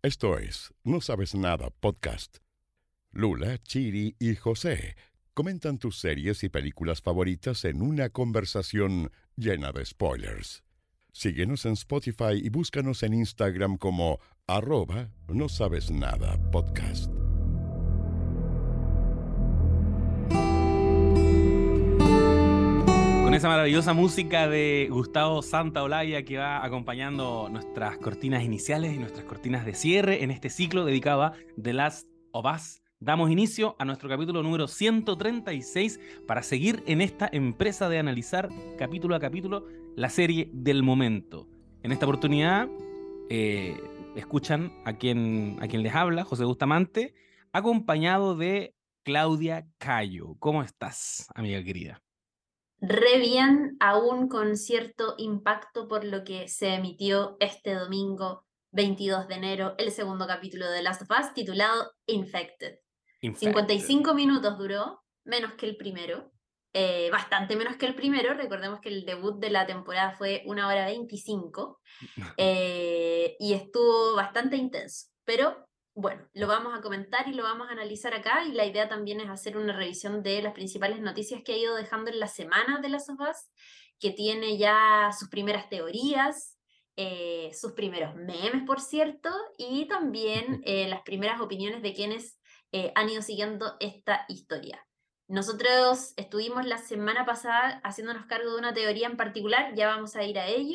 Esto es No Sabes Nada Podcast. Lula, Chiri y José comentan tus series y películas favoritas en una conversación llena de spoilers. Síguenos en Spotify y búscanos en Instagram como @No Sabes Nada Podcast. Con esa maravillosa música de Gustavo Santaolalla que va acompañando nuestras cortinas iniciales y nuestras cortinas de cierre en este ciclo dedicado a The Last of Us, damos inicio a nuestro capítulo número 136 para seguir en esta empresa de analizar capítulo a capítulo la serie del momento. En esta oportunidad escuchan a quien les habla, José Bustamante, acompañado de Claudia Cayo. ¿Cómo estás, amiga querida? Re bien, aún con cierto impacto por lo que se emitió este domingo 22 de enero, el segundo capítulo de Last of Us, titulado Infected. 55 minutos duró, menos que el primero, bastante menos que el primero. Recordemos que el debut de la temporada fue 1 hora 25, y estuvo bastante intenso, pero bueno, lo vamos a comentar y lo vamos a analizar acá, y la idea también es hacer una revisión de las principales noticias que ha ido dejando en la semana de Last of Us, que tiene ya sus primeras teorías, sus primeros memes, por cierto, y también las primeras opiniones de quienes han ido siguiendo esta historia. Nosotros estuvimos la semana pasada haciéndonos cargo de una teoría en particular, ya vamos a ir a ello,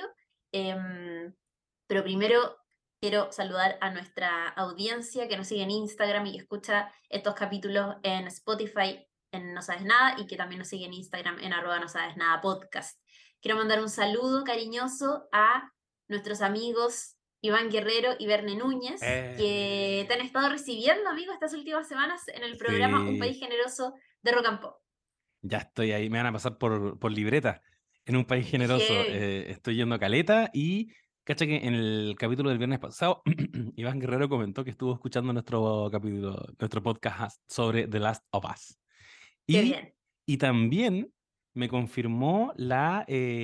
pero primero quiero saludar a nuestra audiencia que nos sigue en Instagram y que escucha estos capítulos en Spotify en No Sabes Nada, y que también nos sigue en Instagram en @NoSabesNadaPodcast. Quiero mandar un saludo cariñoso a nuestros amigos Iván Guerrero y Verne Núñez, que te han estado recibiendo, amigos, estas últimas semanas en el programa Un País Generoso de Rock and Pop. Ya estoy ahí, me van a pasar por libreta. En Un País Generoso Heavy. estoy yendo a Caleta y cacha que en el capítulo del viernes pasado Iván Guerrero comentó que estuvo escuchando nuestro capítulo, nuestro podcast sobre The Last of Us. Qué Y, bien. y también me confirmó la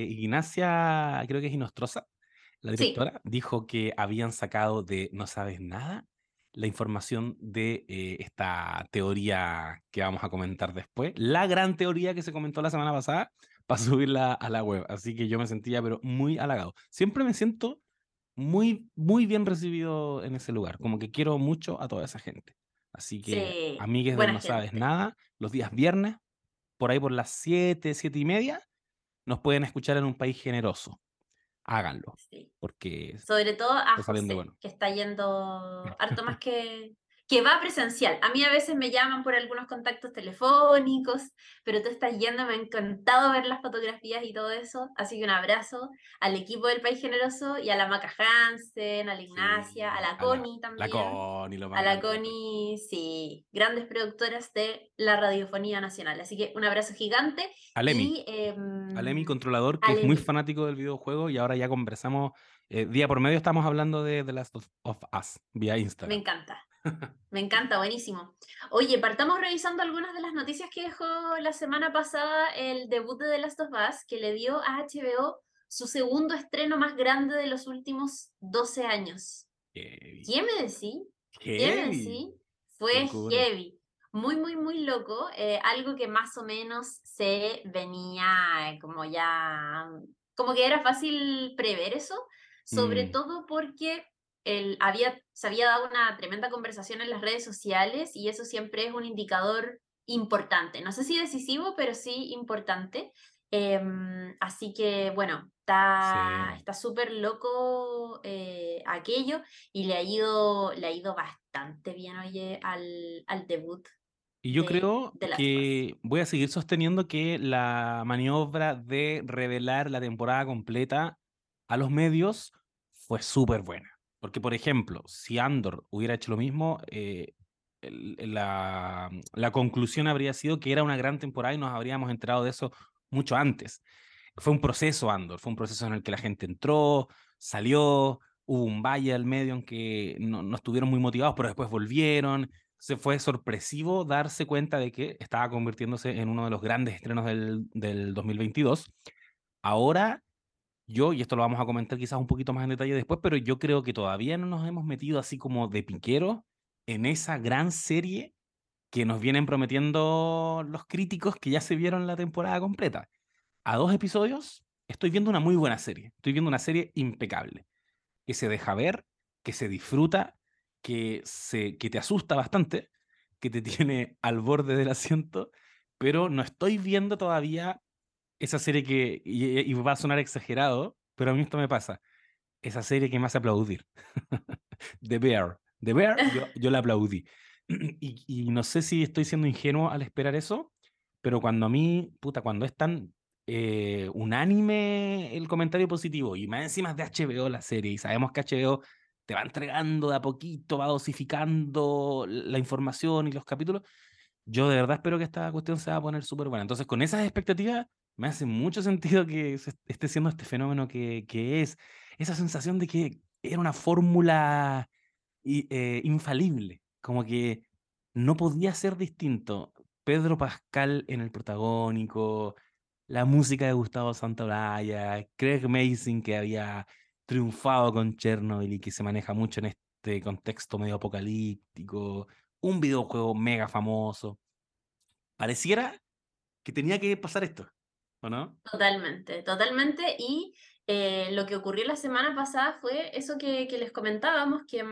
Ignacia, creo que es Inostroza, la Sí. directora, dijo que habían sacado de No Sabes Nada la información de esta teoría que vamos a comentar después, la gran teoría que se comentó la semana pasada, para subirla a la web. Así que yo me sentía pero muy halagado. Siempre me siento muy, muy bien recibido en ese lugar, como que quiero mucho a toda esa gente. Así que, Sí, amigues del buena No Sabes gente. Nada, los días viernes, por ahí por las 7, 7:30, nos pueden escuchar en Un País Generoso. Háganlo, Sí. porque Sobre todo a está saliendo José, bueno. que está yendo harto más que va presencial. A mí a veces me llaman por algunos contactos telefónicos, pero tú estás yendo, me ha encantado ver las fotografías y todo eso. Así que un abrazo al equipo del País Generoso y a la Maca Hansen, a la Ignacia, a Sí, la a la, Connie la también. Connie, lo más A la grande de todo. Connie, sí, grandes productoras de la radiofonía nacional. Así que un abrazo gigante. Alemi, Y Alemi, controlador, que a es muy Lemi, fanático del videojuego y ahora ya conversamos, día por medio estamos hablando de The Last of Us vía me Instagram. encanta. Me encanta, buenísimo. Oye, partamos revisando algunas de las noticias que dejó la semana pasada el debut de The Last of Us, que le dio a HBO su segundo estreno más grande de los últimos 12 años. Heavy, ¿Qué me decí? ¿Qué me heavy, decí? Fue locura. heavy. Muy, muy, muy loco. Algo que más o menos se venía como ya, como que era fácil prever eso, sobre Mm, todo porque se había dado una tremenda conversación en las redes sociales, y eso siempre es un indicador importante. No sé si decisivo, pero sí importante. Así que bueno, sí. está súper loco aquello, y le ha ido bastante bien, oye, al debut Y yo de creo The Last of Us. que voy a seguir sosteniendo que la maniobra de revelar la temporada completa a los medios fue súper buena. Porque, por ejemplo, si Andor hubiera hecho lo mismo, la conclusión habría sido que era una gran temporada y nos habríamos enterado de eso mucho antes. Fue un proceso, Andor, fue un proceso en el que la gente entró, salió, hubo un valle al medio en que no estuvieron muy motivados, pero después volvieron. Se fue sorpresivo darse cuenta de que estaba convirtiéndose en uno de los grandes estrenos del 2022. Ahora y esto lo vamos a comentar quizás un poquito más en detalle después, pero yo creo que todavía no nos hemos metido así como de piquero en esa gran serie que nos vienen prometiendo los críticos que ya se vieron la temporada completa. A 2 episodios estoy viendo una muy buena serie, estoy viendo una serie impecable, que se deja ver, que se disfruta, que te asusta bastante, que te tiene al borde del asiento, pero no estoy viendo todavía esa serie y va a sonar exagerado, pero a mí esto me pasa, esa serie que me hace aplaudir. The Bear. The Bear, yo la aplaudí. Y no sé si estoy siendo ingenuo al esperar eso, pero cuando a mí, puta, cuando es tan unánime el comentario positivo, y más encima es de HBO la serie, y sabemos que HBO te va entregando de a poquito, va dosificando la información y los capítulos, yo de verdad espero que esta cuestión se va a poner súper buena. Entonces, con esas expectativas, me hace mucho sentido que se esté siendo este fenómeno que es esa sensación de que era una fórmula infalible, como que no podía ser distinto. Pedro Pascal en el protagónico, la música de Gustavo Santaolalla, Craig Mazin que había triunfado con Chernobyl y que se maneja mucho en este contexto medio apocalíptico, un videojuego mega famoso. Pareciera que tenía que pasar esto, ¿o no? Totalmente, totalmente. Y lo que ocurrió la semana pasada fue eso que les comentábamos, que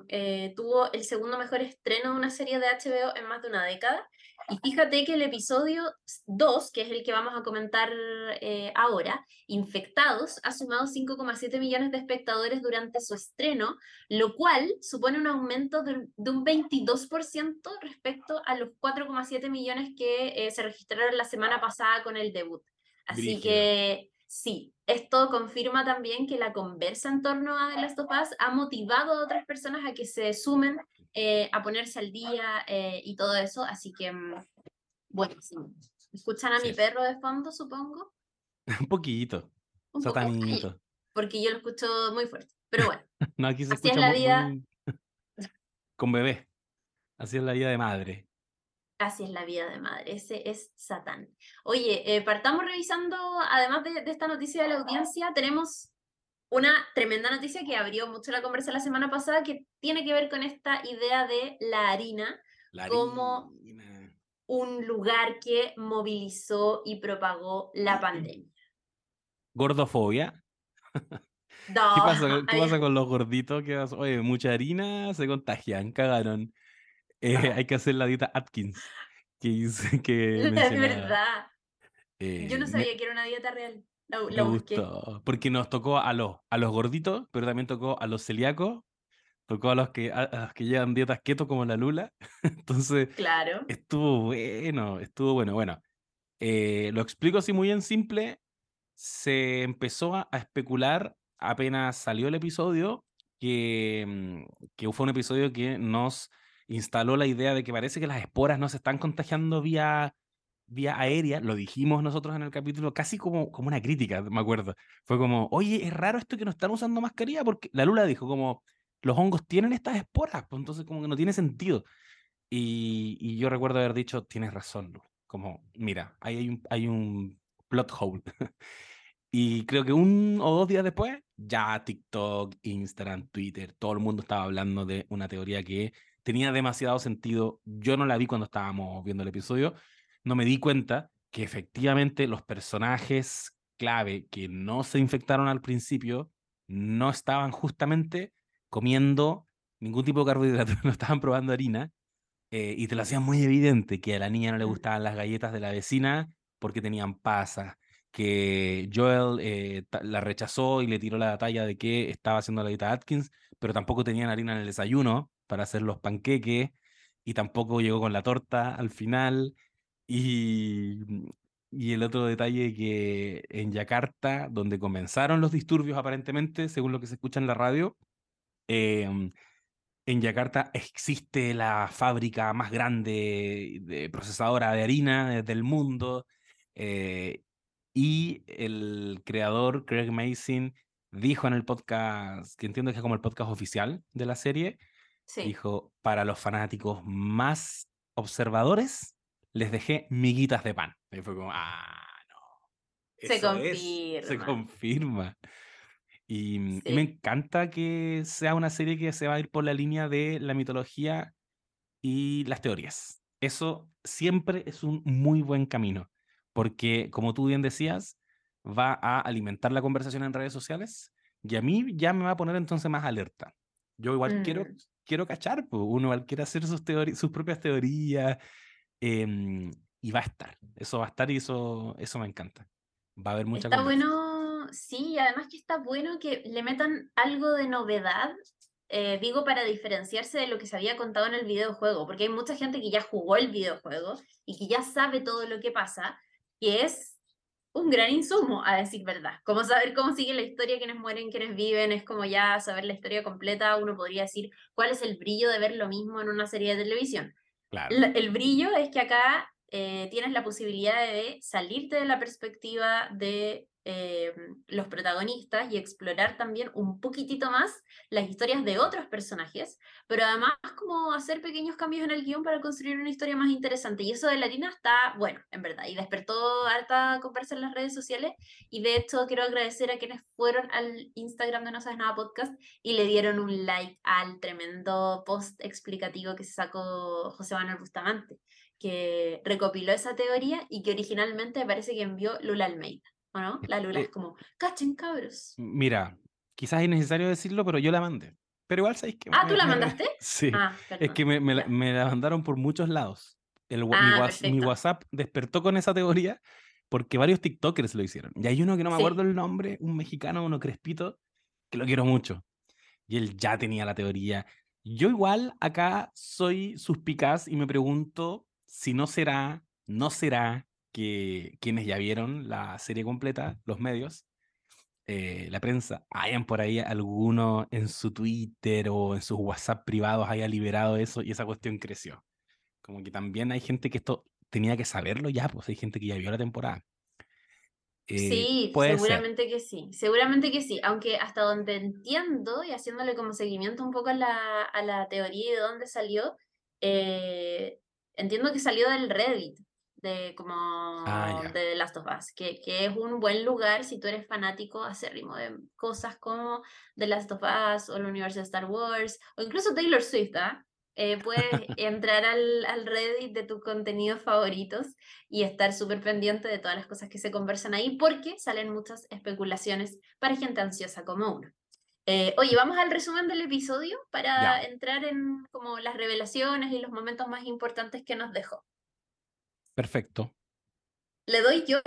tuvo el segundo mejor estreno de una serie de HBO en más de una década. Y fíjate que el episodio 2, que es el que vamos a comentar ahora, Infectados, ha sumado 5,7 millones de espectadores durante su estreno, lo cual supone un aumento de un 22% respecto a los 4,7 millones que se registraron la semana pasada con el debut. Así Brígido. que sí, esto confirma también que la conversa en torno a The Last of Us ha motivado a otras personas a que se sumen a ponerse al día y todo eso. Así que, buenísimo. ¿Escuchan a mi Sí. perro de fondo, supongo? Un poquito. Un poco. Ay, Satanito. porque yo lo escucho muy fuerte. Pero bueno, No, aquí se así es escucha la muy, vida. muy con bebé. Así es la vida de madre. Así es la vida de madre, ese es Satán. Oye, partamos revisando, además de esta noticia de la audiencia, tenemos una tremenda noticia que abrió mucho la conversa la semana pasada, que tiene que ver con esta idea de la harina La como harina. un lugar que movilizó y propagó la pandemia. Gordofobia. No, ¿Qué pasa con los gorditos? Oye, mucha harina, se contagian, cagaron. Hay que hacer la dieta Atkins, que es mencionaba. verdad. Yo no Me, sabía que era una dieta real. me La busqué. gustó, porque nos tocó a los gorditos, pero también tocó a los celíacos, tocó a los que llevan dietas keto como la Lula. Entonces, Claro. estuvo bueno, estuvo bueno. Bueno, lo explico así muy en simple. Se empezó a especular apenas salió el episodio que fue un episodio que nos instaló la idea de que parece que las esporas no se están contagiando vía aérea. Lo dijimos nosotros en el capítulo casi como una crítica, me acuerdo. Fue como, oye, es raro esto que no están usando mascarilla, porque la Lula dijo como, los hongos tienen estas esporas, pues entonces como que no tiene sentido. Y yo recuerdo haber dicho, tienes razón, Lu. Como, mira, ahí hay un plot hole. Y creo que 1 o 2 días después, ya TikTok, Instagram, Twitter, todo el mundo estaba hablando de una teoría que tenía demasiado sentido. Yo no la vi cuando estábamos viendo el episodio. No me di cuenta que efectivamente los personajes clave que no se infectaron al principio no estaban justamente comiendo ningún tipo de carbohidrato, no estaban probando harina y te lo hacían muy evidente que a la niña no le gustaban las galletas de la vecina porque tenían pasas, que Joel la rechazó y le tiró la talla de que estaba haciendo la dieta Atkins, pero tampoco tenían harina en el desayuno para hacer los panqueques y tampoco llegó con la torta al final. Y, y el otro detalle que en Yakarta, donde comenzaron los disturbios aparentemente, según lo que se escucha en la radio, eh, en Yakarta existe la fábrica más grande de procesadora de harina del mundo eh, y el creador, Craig Mazin, dijo en el podcast, que entiendo que es como el podcast oficial de la serie, Sí. dijo, para los fanáticos más observadores, les dejé miguitas de pan. Y fue como, no. Se Eso se confirma. confirma. Y me Sí. encanta que sea una serie que se va a ir por la línea de la mitología y las teorías. Eso siempre es un muy buen camino, porque como tú bien decías, va a alimentar la conversación en redes sociales y a mí ya me va a poner entonces más alerta. Yo igual Mm. quiero cachar, pues, uno igual quiere hacer sus propias teorías, y va a estar. Eso va a estar y eso me encanta. Va a haber mucha Está conversa. bueno, sí, además que está bueno que le metan algo de novedad, digo, para diferenciarse de lo que se había contado en el videojuego, porque hay mucha gente que ya jugó el videojuego y que ya sabe todo lo que pasa, que es un gran insumo, a decir verdad. Como saber cómo sigue la historia, quiénes mueren, quiénes viven, es como ya saber la historia completa, uno podría decir cuál es el brillo de ver lo mismo en una serie de televisión. Claro. El brillo es que acá tienes la posibilidad de salirte de la perspectiva de los protagonistas y explorar también un poquitito más las historias de otros personajes, pero además como hacer pequeños cambios en el guión para construir una historia más interesante. Y eso de la harina está bueno, en verdad, y despertó harta conversa en las redes sociales. Y de hecho quiero agradecer a quienes fueron al Instagram de No Sabes Nada Podcast y le dieron un like al tremendo post explicativo que se sacó José Manuel Bustamante, que recopiló esa teoría y que originalmente me parece que envió Lula Almeida, ¿o no? La Lula es Eh, como, cachen cabros. Mira, quizás es innecesario decirlo, pero yo la mandé. Pero igual sabéis que Ah, ¿tú la mandaste? sí, Ah, es que perdón, ya. me la mandaron por muchos lados. Ah, Mi perfecto. WhatsApp despertó con esa teoría porque varios TikTokers lo hicieron. Y hay uno que no me acuerdo Sí. el nombre, un mexicano, uno crespito, que lo quiero mucho. Y él ya tenía la teoría. Yo igual acá soy suspicaz y me pregunto si no será que quienes ya vieron la serie completa, los medios, la prensa, hayan por ahí alguno en su Twitter o en sus WhatsApp privados haya liberado eso y esa cuestión creció. Como que también hay gente que esto tenía que saberlo ya, pues hay gente que ya vio la temporada. Sí, Puede ser. seguramente que sí, aunque hasta donde entiendo y haciéndole como seguimiento un poco a la teoría y de dónde salió, eh, entiendo que salió del Reddit, de Ah, como ya. de The Last of Us, que es un buen lugar si tú eres fanático acérrimo de cosas como The Last of Us o el universo de Star Wars, o incluso Taylor Swift, ¿ah? Puedes entrar al Reddit de tus contenidos favoritos y estar súper pendiente de todas las cosas que se conversan ahí porque salen muchas especulaciones para gente ansiosa como uno. Oye, vamos al resumen del episodio para Ya, entrar en como las revelaciones y los momentos más importantes que nos dejó. perfecto. Le doy yo,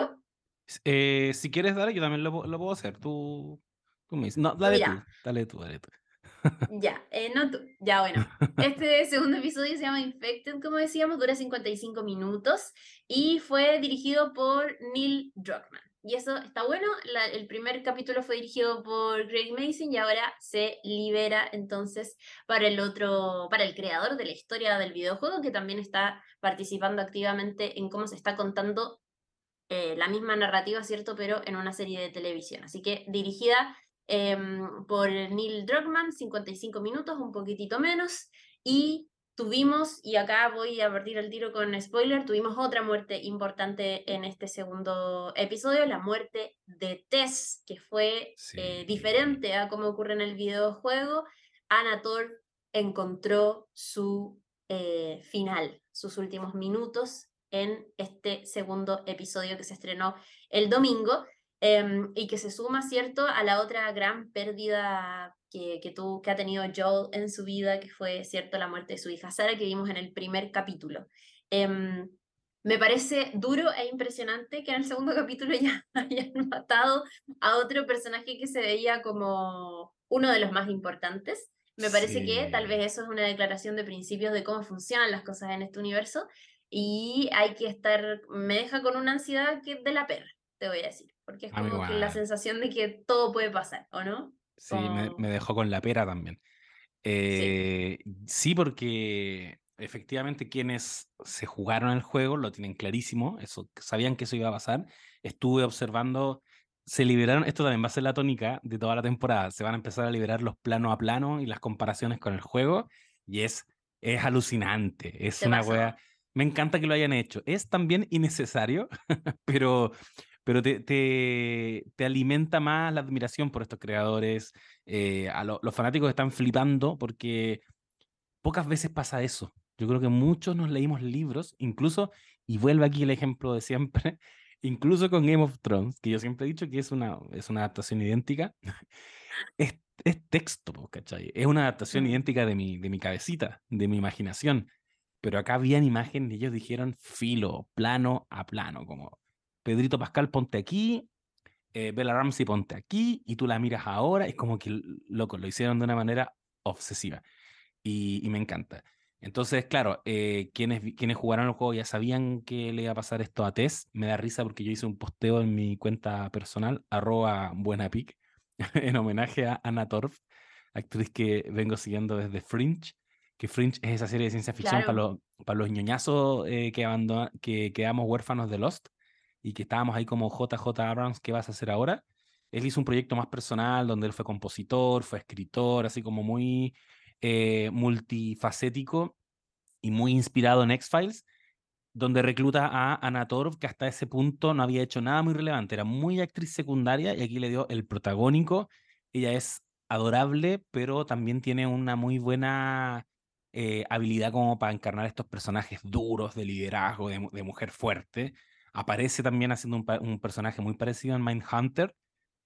Si quieres, dale, yo también lo puedo hacer. Tú me dices. No, mira, dale tú, dale tú. ya, no tú, ya bueno. Este segundo episodio se llama Infected, como decíamos, dura 55 minutos y fue dirigido por Neil Druckmann. Y eso está bueno, el primer capítulo fue dirigido por Greg Mason y ahora se libera entonces para el otro, para el creador de la historia del videojuego que también está participando activamente en cómo se está contando la misma narrativa, ¿cierto? Pero en una serie de televisión. Así que dirigida por Neil Druckmann, 55 minutos, un poquitito menos. Y tuvimos, y acá voy a partir el tiro con spoiler, tuvimos otra muerte importante en este segundo episodio, la muerte de Tess, que fue Sí. diferente a cómo ocurre en el videojuego. Anna Torv encontró su final, sus últimos minutos en este segundo episodio que se estrenó el domingo y que se suma, ¿cierto?, a la otra gran pérdida que ha tenido Joel en su vida, que fue, ¿cierto?, la muerte de su hija Sarah, que vimos en el primer capítulo. Me parece duro e impresionante que en el segundo capítulo ya hayan matado a otro personaje que se veía como uno de los más importantes. Me parece que tal Sí. vez eso es una declaración de principios de cómo funcionan las cosas en este universo y hay que estar, me deja con una ansiedad que de la perra, te voy a decir, porque es A mí como que la igual. sensación de que todo puede pasar, ¿o no? Sí, me Como, dejó con la pera también. sí, Sí, porque efectivamente quienes se jugaron el juego lo tienen clarísimo, eso, sabían que eso iba a pasar. Estuve observando, se liberaron, esto también va a ser la tónica de toda la temporada, se van a empezar a liberar los plano a plano y las comparaciones con el juego, y es alucinante, es se una wea, pasó. me encanta que lo hayan hecho. Es también innecesario, pero, pero te alimenta más la admiración por estos creadores. Los fanáticos están flipando porque pocas veces pasa eso. Yo creo que muchos nos leímos libros, incluso, y vuelve aquí el ejemplo de siempre, incluso con Game of Thrones, que yo siempre he dicho que es una adaptación idéntica, es texto, po, ¿cachai? Es una adaptación Mm. idéntica de mi cabecita, de mi imaginación. Pero acá habían imágenes y ellos dijeron filo, plano a plano, como Pedrito Pascal, ponte aquí, Bella Ramsey, ponte aquí, y tú la miras ahora, es como que, loco, lo hicieron de una manera obsesiva y me encanta. Entonces, claro, quienes jugaron el juego ya sabían que le iba a pasar esto a Tess. Me da risa porque yo hice un posteo en mi cuenta personal, @buenapic, en homenaje a Anna Torv, actriz que vengo siguiendo desde Fringe, que Fringe es esa serie de ciencia ficción Claro. para los ñoñazos que quedamos huérfanos de Lost y que estábamos ahí como JJ Abrams, ¿qué vas a hacer ahora? Él hizo un proyecto más personal donde él fue compositor, fue escritor, así como muy multifacético y muy inspirado en X-Files, donde recluta a Anna Torv, que hasta ese punto no había hecho nada muy relevante, era muy actriz secundaria y aquí le dio el protagónico. Ella es adorable, pero también tiene una muy buena habilidad como para encarnar estos personajes duros de liderazgo, de mujer fuerte. Aparece también haciendo un personaje muy parecido en Mindhunter,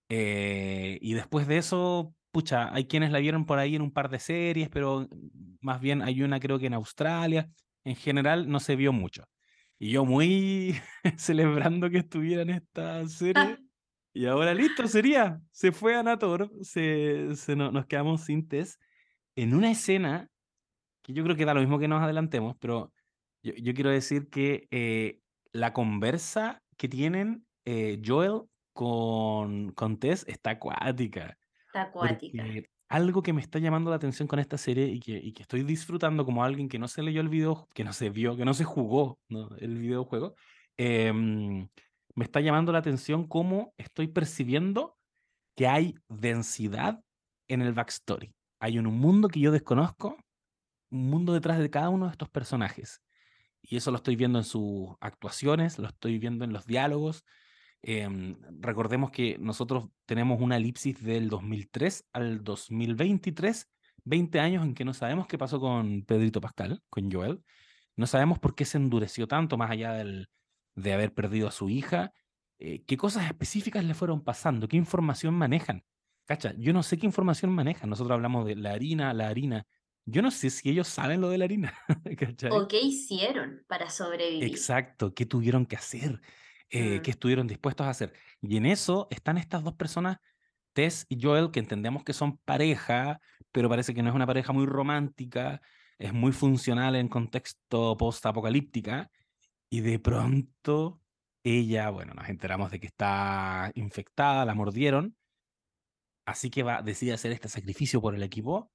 y después de eso, pucha, hay quienes la vieron por ahí en un par de series, pero más bien hay una creo que en Australia. En general no se vio mucho. Y yo muy celebrando que estuviera en esta serie. Y ahora listo, sería. Se fue a Nator, nos quedamos sin Tess en una escena que yo creo que da lo mismo que nos adelantemos, pero yo quiero decir que la conversa que tienen Joel con Tess está acuática, Está acuática. porque algo que me está llamando la atención con esta serie y que estoy disfrutando como alguien que no se leyó el video, que no se vio, que no se jugó, ¿no?, el videojuego, me está llamando la atención cómo estoy percibiendo que hay densidad en el backstory. Hay un mundo que yo desconozco, un mundo detrás de cada uno de estos personajes. Y eso lo estoy viendo en sus actuaciones, lo estoy viendo en los diálogos. Recordemos que nosotros tenemos una elipsis del 2003 al 2023, 20 años en que no sabemos qué pasó con Pedrito Pascal, con Joel. No sabemos por qué se endureció tanto, más allá de haber perdido a su hija. ¿Qué cosas específicas le fueron pasando? ¿Qué información manejan? Cacha, yo no sé qué información manejan. Nosotros hablamos de la harina. Yo no sé si ellos saben lo de la harina, ¿cachai? ¿O qué hicieron para sobrevivir? Exacto, qué tuvieron que hacer, qué Mm. estuvieron dispuestos a hacer. Y en eso están estas dos personas, Tess y Joel, que entendemos que son pareja, pero parece que no es una pareja muy romántica, es muy funcional en contexto post-apocalíptica, y de pronto ella, bueno, nos enteramos de que está infectada, la mordieron, así que decide hacer este sacrificio por el equipo,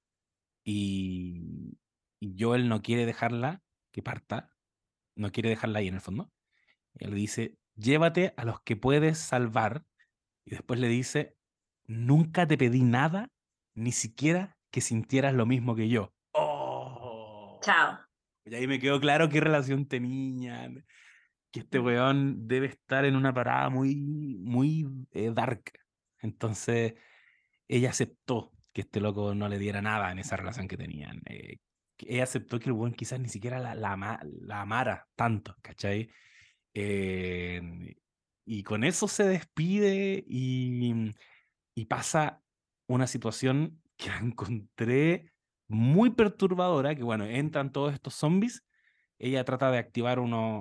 y Joel no quiere dejarla que parta, no quiere dejarla ahí en el fondo. Y él le dice, llévate a los que puedes salvar. Y después le dice, nunca te pedí nada, ni siquiera que sintieras lo mismo que yo. ¡Oh! Chao. Y ahí me quedó claro qué relación tenían, que este Mm. weón debe estar en una parada muy dark. Entonces, ella aceptó que este loco no le diera nada en esa relación que tenían. Que ella aceptó que el weón quizás ni siquiera la amara tanto, ¿cachai? Eh, y con eso se despide y pasa una situación que la encontré muy perturbadora, que bueno, entran todos estos zombies, ella trata de activar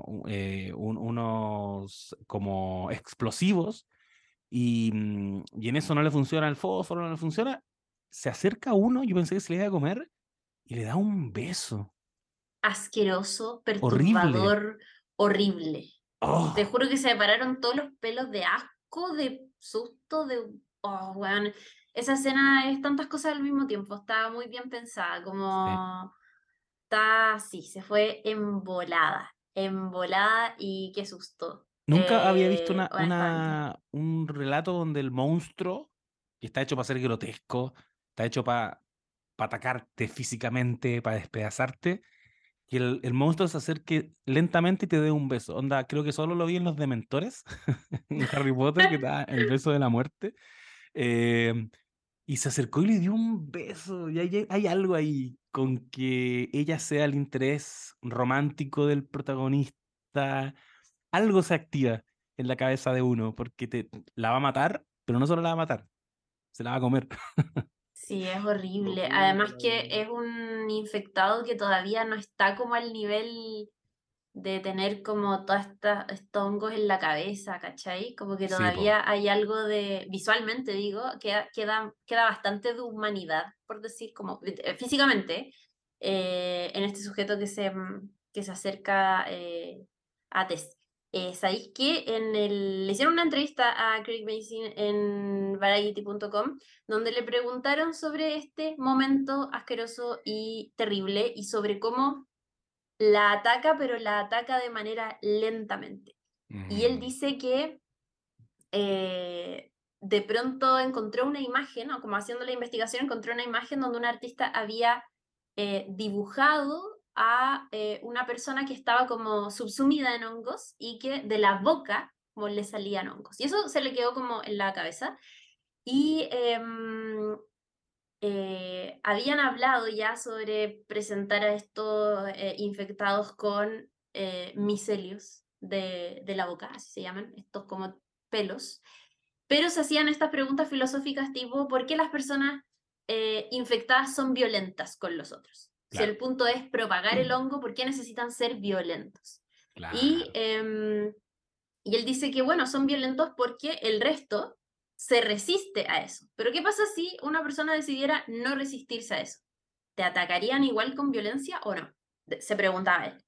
unos como explosivos y en eso no le funciona el fósforo, no le funciona, se acerca uno, yo pensé que se le iba a comer y le da un beso Asqueroso, horrible. perturbador, horrible. Te Oh, juro que se me pararon todos los pelos de asco, de susto, de... Oh, weón. Esa escena es tantas cosas al mismo tiempo. Está muy bien pensada, sí. como... Está, sí, se fue embolada y qué susto. Nunca había visto Honestamente. un relato donde el monstruo, que está hecho para ser grotesco, está hecho para atacarte físicamente, para despedazarte, Que el monstruo se acerque lentamente y te dé un beso. Onda, creo que solo lo vi en los Dementores, en Harry Potter, que da el beso de la muerte. Eh, y se acercó y le dio un beso. Y hay algo ahí con que ella sea el interés romántico del protagonista. Algo se activa en la cabeza de uno, porque la va a matar, pero no solo la va a matar, se la va a comer. Sí, es horrible. Puta Además la que wea. es un infectado que todavía no está como al nivel de tener como todos estos hongos en la cabeza, ¿cachai? Como que Sí, po. todavía hay algo de, visualmente digo, queda bastante de humanidad, por decir, como físicamente, en este sujeto que se acerca a Tess. ¿Sabéis que le hicieron una entrevista a Craig Mason en Variety.com donde le preguntaron sobre este momento asqueroso y terrible y sobre cómo la ataca, pero la ataca de manera lentamente. Y él Mm, dice que de pronto encontró una imagen, o como haciendo la investigación, encontró una imagen donde un artista había dibujado a una persona que estaba como subsumida en hongos y que de la boca como le salían hongos. Y eso se le quedó como en la cabeza. Y habían hablado ya sobre presentar a estos infectados con micelios de la boca, así se llaman, estos como pelos, pero se hacían estas preguntas filosóficas tipo, ¿por qué las personas infectadas son violentas con los otros? Si claro, el punto es propagar el hongo, ¿por qué necesitan ser violentos? Y, claro. y él dice que, bueno, son violentos porque el resto se resiste a eso. Pero ¿qué pasa si una persona decidiera no resistirse a eso? ¿Te atacarían igual con violencia o no? Se preguntaba él.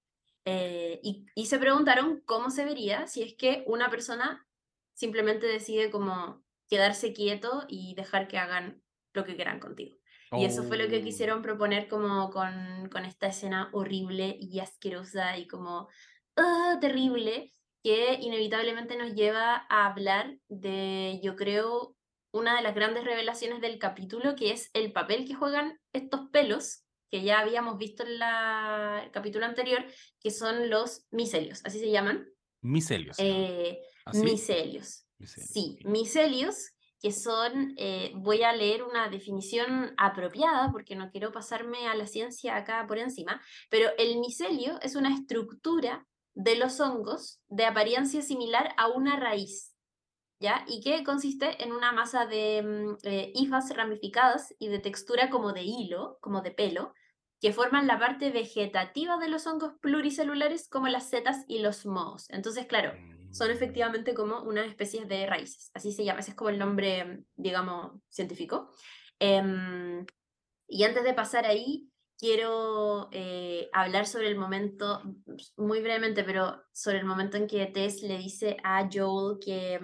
Y se preguntaron cómo se vería si es que una persona simplemente decide como quedarse quieto y dejar que hagan lo que quieran contigo. Y eso fue lo que Oh, quisieron proponer como con esta escena horrible y asquerosa y como terrible que inevitablemente nos lleva a hablar de, yo creo, una de las grandes revelaciones del capítulo, que es el papel que juegan estos pelos, que ya habíamos visto en el capítulo anterior, que son los micelios, así se llaman. micelios se llaman. Eh, ¿Así? Micelios, Micelios, sí, ok. micelios, que son, voy a leer una definición apropiada, porque no quiero pasarme a la ciencia acá por encima, pero el micelio es una estructura de los hongos de apariencia similar a una raíz. ¿Ya? Y que consiste en una masa de hifas ramificadas y de textura como de hilo, como de pelo, que forman la parte vegetativa de los hongos pluricelulares como las setas y los mohos. Entonces, claro, son Mm. efectivamente como unas especies de raíces, así se llama, ese es como el nombre, digamos, científico. Em, y antes de pasar ahí, quiero hablar sobre el momento, muy brevemente, pero sobre el momento en que Tess le dice a Joel que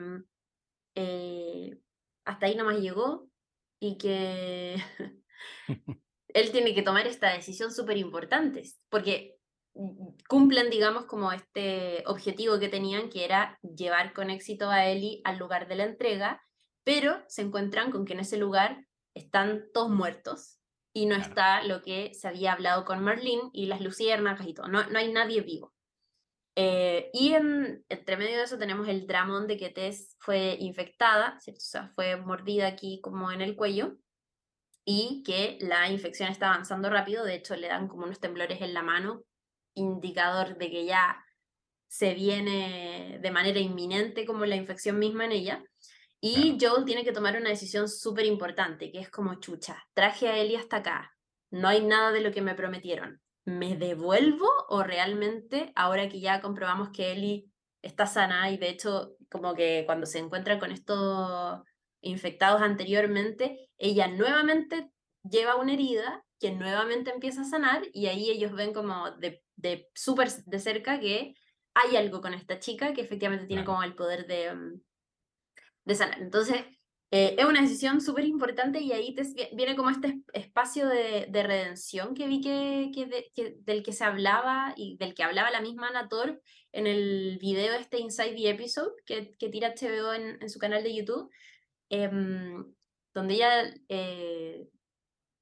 eh, hasta ahí nomás llegó y que él tiene que tomar esta decisión súper importante, porque cumplen, digamos, como este objetivo que tenían, que era llevar con éxito a Ellie al lugar de la entrega, pero se encuentran con que en ese lugar están todos muertos y no Claro. está lo que se había hablado con Merlín y las luciérnagas y todo, no hay nadie vivo. Y entre medio de eso tenemos el dramón de que Tess fue infectada, ¿cierto? O sea, fue mordida aquí como en el cuello y que la infección está avanzando rápido, de hecho le dan como unos temblores en la mano, indicador de que ya se viene de manera inminente como la infección misma en ella. Y Claro. Joel tiene que tomar una decisión súper importante, que es como chucha, traje a Ellie hasta acá, no hay nada de lo que me prometieron. ¿Me devuelvo o realmente, ahora que ya comprobamos que Ellie está sana y de hecho como que cuando se encuentra con estos infectados anteriormente, ella nuevamente lleva una herida que nuevamente empieza a sanar y ahí ellos ven como de súper de cerca que hay algo con esta chica que efectivamente tiene Claro. como el poder de sanar. Entonces, es una decisión súper importante y ahí viene como este espacio de redención que vi del que se hablaba y del que hablaba la misma Anna Torv en el video este Inside the Episode que tira HBO en su canal de YouTube, em, donde ella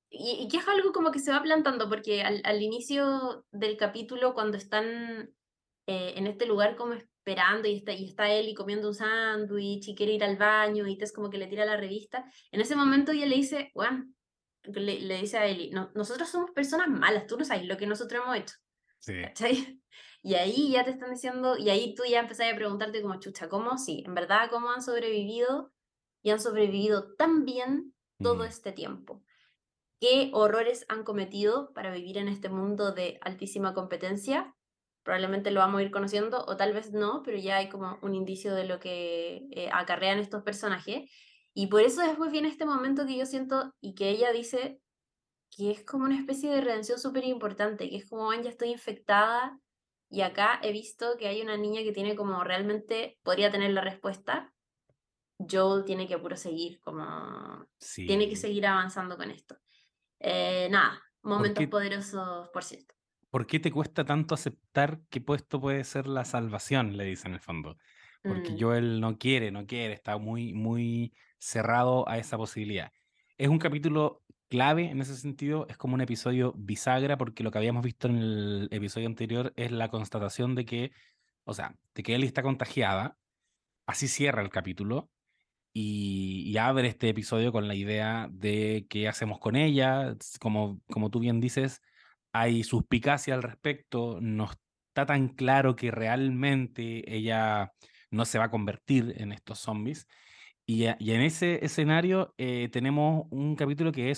y que es algo como que se va plantando, porque al inicio del capítulo, cuando están en este lugar como esperando y está Ellie comiendo un sándwich y quiere ir al baño y Tess como que le tira la revista, en ese momento ella le dice, bueno, le dice a Ellie, no, nosotros somos personas malas, tú no sabes lo que nosotros hemos hecho, Sí. ¿cachai? Y ahí ya te están diciendo, y ahí tú ya empezás a preguntarte como, chucha, ¿cómo? Sí, en verdad, ¿cómo han sobrevivido? Y han sobrevivido tan bien todo Mm, este tiempo. ¿Qué horrores han cometido para vivir en este mundo de altísima competencia? Probablemente lo vamos a ir conociendo, o tal vez no, pero ya hay como un indicio de lo que acarrean estos personajes. Y por eso después viene este momento que yo siento y que ella dice que es como una especie de redención súper importante, que es como, "Ven, ya estoy infectada y acá he visto que hay una niña que tiene como realmente, podría tener la respuesta. Joel tiene que puro seguir, como tiene que sí. seguir avanzando con esto. Nada, ¿Por momentos qué, poderosos, por cierto. por qué te cuesta tanto aceptar que esto puede ser la salvación? Le dice en el fondo. Porque Mm, Joel no quiere, está muy, muy cerrado a esa posibilidad. Es un capítulo clave en ese sentido, es como un episodio bisagra, porque lo que habíamos visto en el episodio anterior es la constatación de que, o sea, de que Ellie está contagiada. Así cierra el capítulo y abre este episodio con la idea de qué hacemos con ella. Como tú bien dices, hay suspicacia al respecto, no está tan claro que realmente ella no se va a convertir en estos zombies. Y en ese escenario tenemos un capítulo que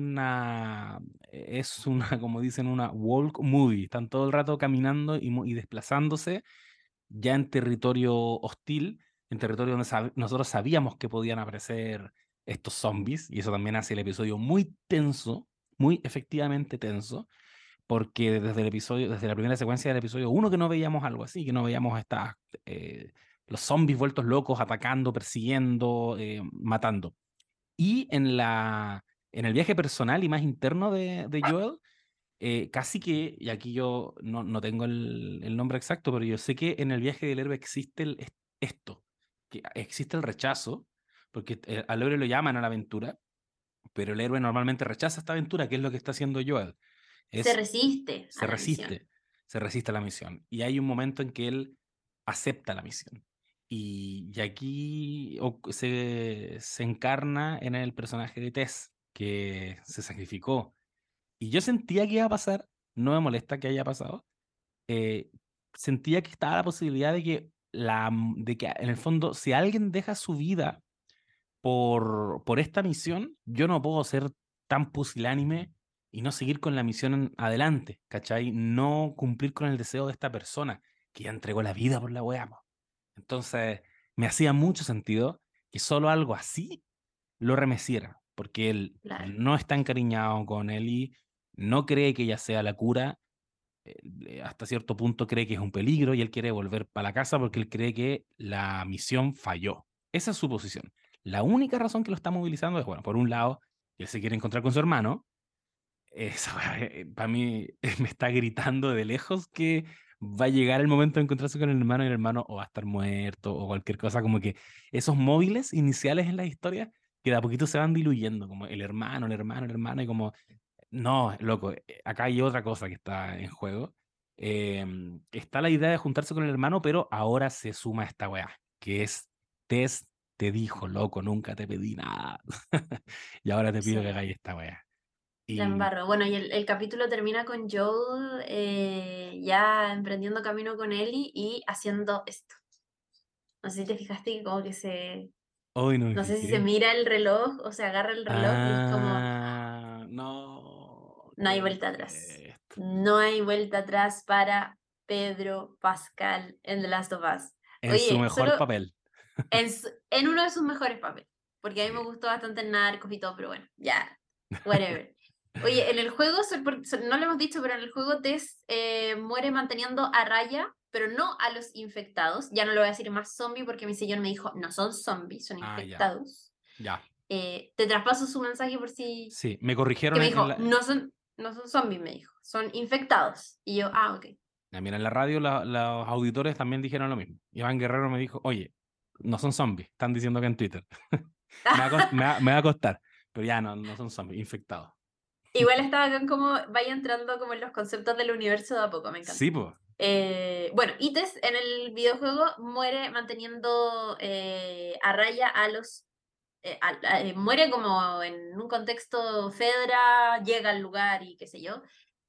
como dicen, una walk movie. Están todo el rato caminando y desplazándose ya en territorio hostil, en territorio donde nosotros sabíamos que podían aparecer estos zombies, y eso también hace el episodio muy tenso, muy efectivamente tenso, porque desde la primera secuencia del episodio 1 que no veíamos algo así, que no veíamos los zombies vueltos locos, atacando, persiguiendo, matando. Y en el viaje personal y más interno de Joel, casi que, y aquí yo no tengo el nombre exacto, pero yo sé que en el viaje del héroe existe esto, que existe el rechazo, porque al héroe lo llaman a la aventura, pero el héroe normalmente rechaza esta aventura, que es lo que está haciendo Joel. se Es, resiste a se la misión. resiste, se resiste a la misión. Y hay un momento en que él acepta la misión. Y aquí se encarna en el personaje de Tess, que se sacrificó y yo sentía que iba a pasar, no me molesta que haya pasado, eh, sentía que estaba la posibilidad de que en el fondo, si alguien deja su vida por esta misión, yo no puedo ser tan pusilánime y no seguir con la misión adelante, ¿cachai? No cumplir con el deseo de esta persona que ya entregó la vida por la weá, po. Entonces, me hacía mucho sentido que solo algo así lo remeciera, porque él Claro. no está encariñado con Ellie, no cree que ella sea la cura, hasta cierto punto cree que es un peligro y él quiere volver para la casa porque él cree que la misión falló. Esa es su posición. La única razón que lo está movilizando es, bueno, por un lado, que él se quiere encontrar con su hermano. Eso, para mí me está gritando de lejos que va a llegar el momento de encontrarse con el hermano y el hermano o va a estar muerto o cualquier cosa, como que esos móviles iniciales en la historia que de a poquito se van diluyendo, como el hermano, el hermano, el hermano, y como, no, loco, acá hay otra cosa que está en juego. Está la idea de juntarse con el hermano, pero ahora se suma esta weá, que es Tess te dijo, loco, nunca te pedí nada. Y ahora te pido que Sí, hagáis esta weá. la Y embarro. Bueno, y el capítulo termina con Joel ya emprendiendo camino con Ellie y haciendo esto. No sé si te fijaste que como que hoy no me no sé si se fijé. mira el reloj o se agarra el reloj y es como, Ah, no, no qué hay bueno vuelta atrás. fue esto. No hay vuelta atrás para Pedro Pascal en The Last of Us. En su Oye, mejor solo papel. en uno de sus mejores papeles, porque a mí me Sí. gustó bastante en Narcos y todo, pero bueno, ya, whatever. Oye, en el juego, no lo hemos dicho, pero en el juego Tess muere manteniendo a raya, pero no a los infectados. Ya no lo voy a decir más zombie porque mi señor me dijo, no son zombies, son Ah, ya, infectados. ya. Te traspaso su mensaje por si... Sí, me Que corrigieron me en dijo, la... no son zombies, me dijo, son infectados. Y yo, ah, ok. Mira, en la radio los auditores también dijeron lo mismo. Iván Guerrero me dijo, oye, no son zombies, están diciendo que en Twitter. Me va a costar, pero ya no son zombies, infectados. Igual estaba acá como vaya entrando como en los conceptos del universo de a poco, me encanta. Sí, pues. Bueno, Ites en el videojuego muere manteniendo a raya a los... muere como en un contexto Fedra, llega al lugar y qué sé yo.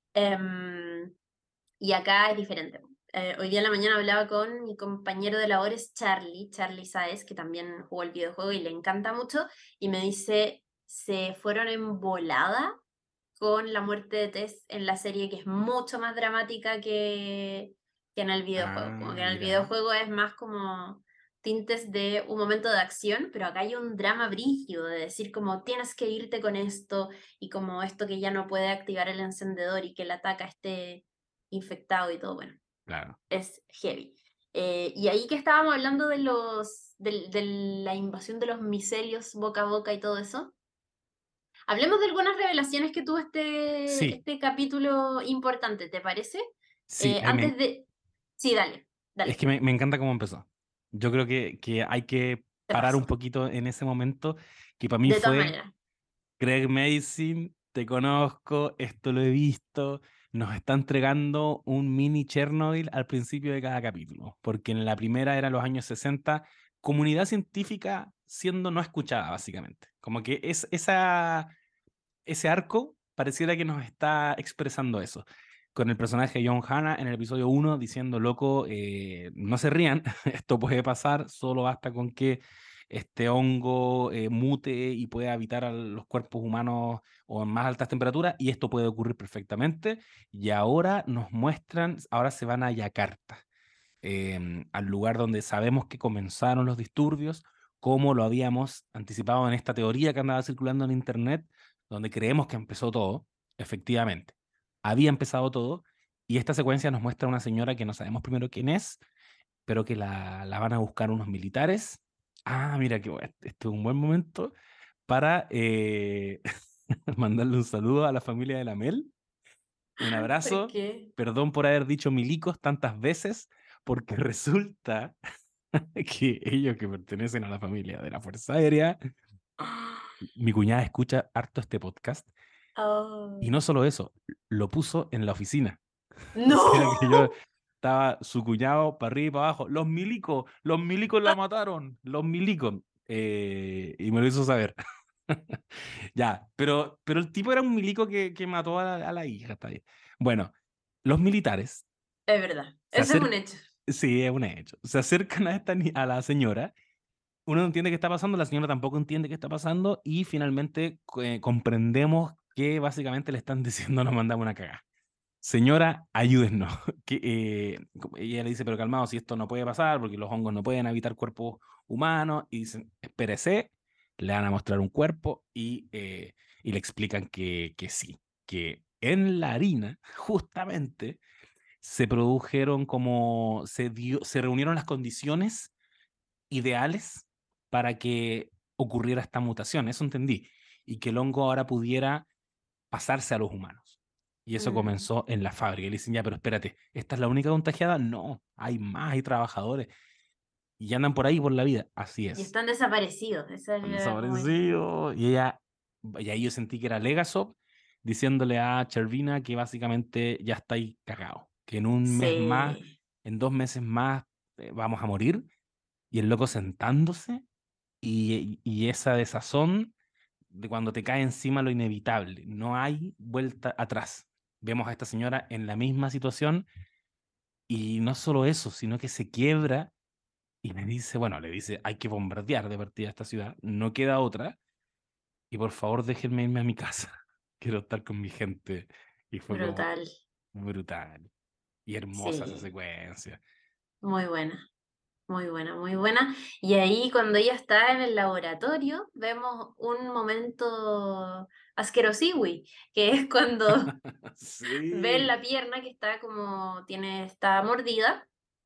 Y acá es diferente. Hoy día en la mañana hablaba con mi compañero de labores, Charlie Saez, que también jugó el videojuego y le encanta mucho, y me dice, se fueron en volada con la muerte de Tess en la serie, que es mucho más dramática que en el videojuego. Como Ah, que en el mira. videojuego es más como tintes de un momento de acción, pero acá hay un drama brígido de decir como tienes que irte con esto y como esto que ya no puede activar el encendedor y que el ataca esté infectado y todo, bueno, Claro. es heavy. Y ahí que estábamos hablando de de la invasión de los micelios boca a boca y todo eso, hablemos de algunas revelaciones que tuvo Sí, este capítulo importante, ¿te parece? sí. Antes de... Sí, dale, Es dale, que me encanta cómo empezó. Yo creo que hay que te parar un paso. poquito en ese momento, que para mí De todas fue maneras. Craig Mason, te conozco, esto lo he visto, nos está entregando un mini Chernobyl al principio de cada capítulo, porque en la primera era los años 60, comunidad científica siendo no escuchada, básicamente. Como que ese arco pareciera que nos está expresando eso. Con el personaje de John Hannah en el episodio 1 diciendo, loco, no se rían, esto puede pasar, solo basta con que este hongo mute y pueda habitar a los cuerpos humanos o en más altas temperaturas, y esto puede ocurrir perfectamente. Y ahora nos muestran, ahora se van a Yakarta, al lugar donde sabemos que comenzaron los disturbios, como lo habíamos anticipado en esta teoría que andaba circulando en internet, donde creemos que empezó todo. Efectivamente, había empezado todo, y esta secuencia nos muestra a una señora que no sabemos primero quién es, pero que la van a buscar unos militares. Ah, mira, que este es un buen momento para mandarle un saludo a la familia de la Mel, un ¿Por abrazo, qué? perdón por haber dicho milicos tantas veces, porque resulta que ellos que pertenecen a la familia de la Fuerza Aérea, mi cuñada escucha harto este podcast, y Oh. no solo eso, lo puso en la oficina. O sea que yo ¡No! estaba su cuñado para arriba y para abajo, los milicos la mataron, los milicos. Y me lo hizo saber. Ya, pero el tipo era un milico que mató a la hija, está bien. Bueno, los militares Es verdad, se eso es un acercan, hecho. sí, es un hecho, se acercan a, a la señora. Uno no entiende qué está pasando, la señora tampoco entiende qué está pasando, y finalmente comprendemos que básicamente le están diciendo nos mandamos una cagada. Señora, ayúdennos. Que, ella le dice, pero calmado, si esto no puede pasar, porque los hongos no pueden habitar cuerpos humanos, y dicen, espérese, le van a mostrar un cuerpo, y le explican que sí, que en la harina, justamente, se produjeron como, se reunieron las condiciones ideales para que ocurriera esta mutación, eso entendí, y que el hongo ahora pudiera pasarse a los humanos. Y eso Mm. comenzó en la fábrica. Y le dicen, ya, pero espérate, ¿esta es la única contagiada? No, hay más, hay trabajadores. Y andan por ahí por la vida. Así Y es. están desaparecidos, eso Han era muy... desaparecido. Y ahí yo sentí que era Legasov diciéndole a Chervina que básicamente ya está ahí cagado. Que en un mes más, Sí, en 2 meses más, vamos a morir. Y el loco sentándose, y esa desazón de cuando te cae encima lo inevitable. No hay vuelta atrás. Vemos a esta señora en la misma situación, y no solo eso, sino que se quiebra y le dice, bueno, le dice, hay que bombardear de partida esta ciudad, no queda otra, y por favor déjenme irme a mi casa. Quiero estar con mi gente. Y fue como brutal. brutal y hermosa esa Sí, secuencia. muy buena. Muy buena, muy buena. Y ahí cuando ella está en el laboratorio, vemos un momento asquerosiwi, que es cuando ven Sí. la pierna que está como, está mordida